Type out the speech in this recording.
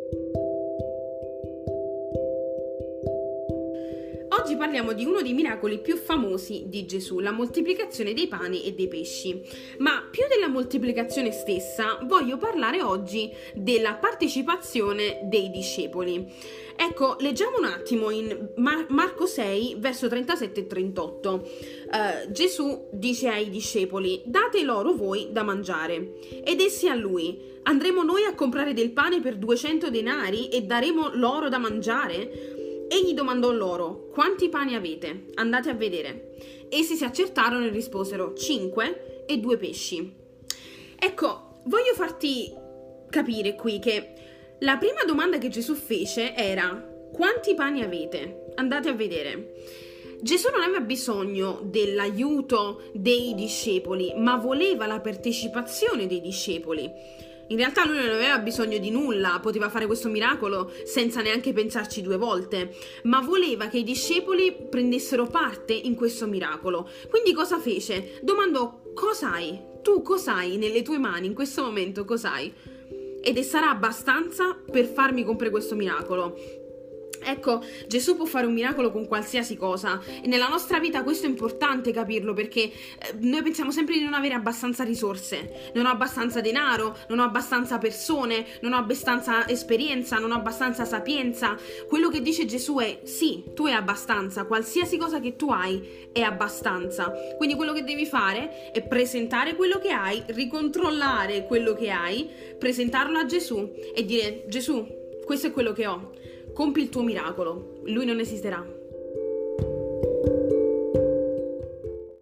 Oggi parliamo di uno dei miracoli più famosi di Gesù, la moltiplicazione dei pani e dei pesci. Ma più della moltiplicazione stessa, voglio parlare oggi della partecipazione dei discepoli. Ecco, leggiamo un attimo in Marco 6, verso 37 e 38. Gesù dice ai discepoli: date loro voi da mangiare. Ed essi a lui: andremo noi a comprare del pane per 200 denari e daremo loro da mangiare? Egli domandò loro: quanti pani avete? Andate a vedere. Essi si accertarono e risposero: 5 e 2 pesci. Ecco, voglio farti capire qui che la prima domanda che Gesù fece era: quanti pani avete? Andate a vedere. Gesù non aveva bisogno dell'aiuto dei discepoli, ma voleva la partecipazione dei discepoli. In realtà lui non aveva bisogno di nulla, poteva fare questo miracolo senza neanche pensarci 2 volte, ma voleva che i discepoli prendessero parte in questo miracolo. Quindi cosa fece? Domandò: cos'hai? Tu cos'hai nelle tue mani in questo momento? Cos'hai? Ed sarà abbastanza per farmi compiere questo miracolo. Ecco, Gesù può fare un miracolo con qualsiasi cosa e nella nostra vita questo è importante capirlo, perché noi pensiamo sempre di non avere abbastanza risorse, non ho abbastanza denaro, non ho abbastanza persone, non ho abbastanza esperienza, non ho abbastanza sapienza. Quello che dice Gesù è: sì, tu hai abbastanza, qualsiasi cosa che tu hai è abbastanza. Quindi quello che devi fare è presentare quello che hai, ricontrollare quello che hai, presentarlo a Gesù e dire: Gesù, questo è quello che ho. Compi il tuo miracolo, lui non esisterà.